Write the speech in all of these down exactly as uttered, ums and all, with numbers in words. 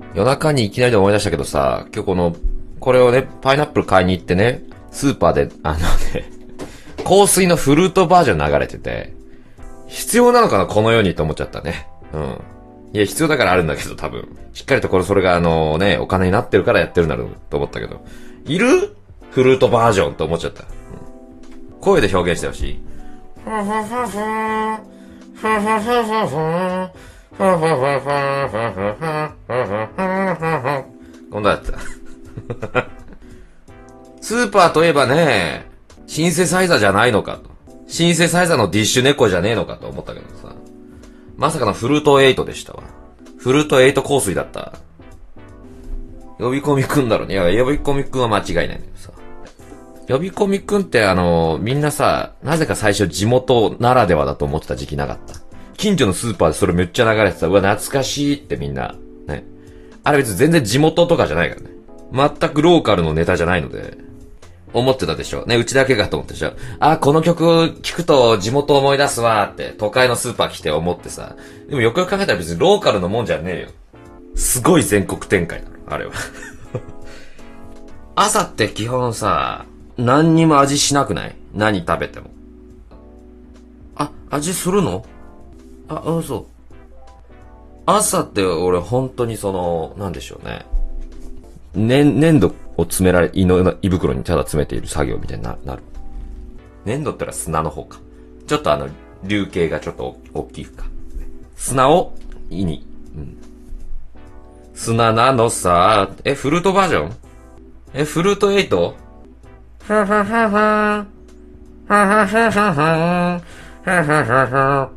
夜中にいきなりで思い出したけどさ、今日この、これをね、パイナップル買いに行ってね、スーパーで、あのね、香水のフルートバージョン流れてて、必要なのかなこの世にと思っちゃったね。うん。いや、必要だからあるんだけど、多分。しっかりとこれ、それがあのね、お金になってるからやってるんだろうと思ったけど。いるフルートバージョンと思っちゃった。うん、声で表現してほしい。今度やった。スーパーといえばね、シンセサイザーじゃないのかと。シンセサイザーのディッシュ猫じゃねえのかと思ったけどさ。まさかのフルートエイトでしたわ。フルートエイト香水だった。呼び込みくんだろうね。いや、呼び込みくんは間違いないんだけどさ。呼び込みくんってあの、みんなさ、なぜか最初地元ならではだと思ってた時期なかった。近所のスーパーでそれめっちゃ流れてた。うわ、懐かしいってみんな。ね。あれ別に全然地元とかじゃないからね。全くローカルのネタじゃないので。思ってたでしょ。ね、うちだけかと思ってでしょ。あ、この曲聞くと地元思い出すわーって、都会のスーパー来て思ってさ。でもよくよく考えたら別にローカルのもんじゃねえよ。すごい全国展開なの、あれは。朝って基本さ、何にも味しなくない？何食べても。あ、味するの？あ、うん、そう。朝って俺本当にその、なんでしょうね。ね、粘土を詰められ、胃の胃袋にただ詰めている作業みたいにな、なる。粘土ってのは砂の方か。ちょっとあの、粒形がちょっと大きいか。砂を胃に。うん。砂なのさ。え、フルートバージョン？え、フルートエイト？はははは。ははははは。はははは。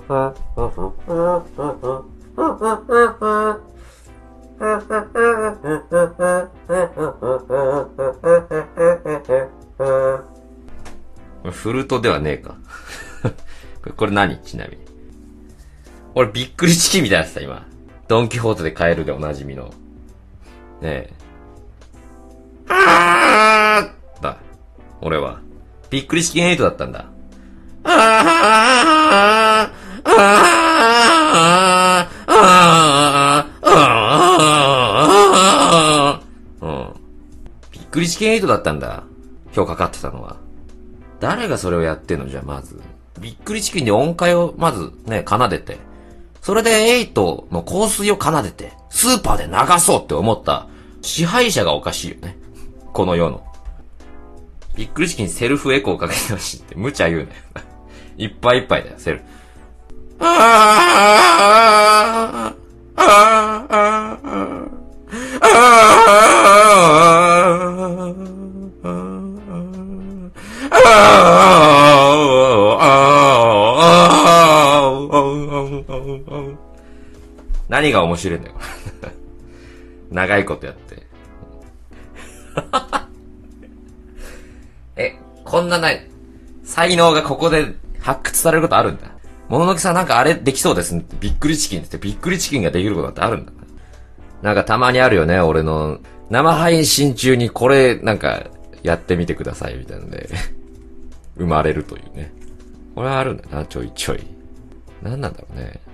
フルートではねえか。これ何？ちなみに。俺びっくりチキンみたいなやつだ、今。ドンキホーテで買えるでおなじみの。ねえ。あーだ。俺は。びっくりチキンエイトだったんだ。あーあーあーあーあーうん。びっくりチキンエイトだったんだ。今日かかってたのは。誰がそれをやってんのじゃ、まず。びっくりチキンで音階をまずね、奏でて。それでエイトの香水を奏でて、スーパーで流そうって思った支配者がおかしいよね。この世の。びっくりチキンセルフエコーかけてほしいって無茶言うね。いっぱいいっぱいだよ、セルフ。あーあーあーあーあー何が面白いんだよ。長いことやって。え、こんなない、才能がここで発掘されることあるんだ。もののけさんなんかあれできそうですね。びっくりチキンってびっくりチキンができることってあるんだ。なんかたまにあるよね、俺の生配信中にこれなんかやってみてくださいみたいなので生まれるというね。これはあるんだな、ちょいちょい。なんなんだろうね。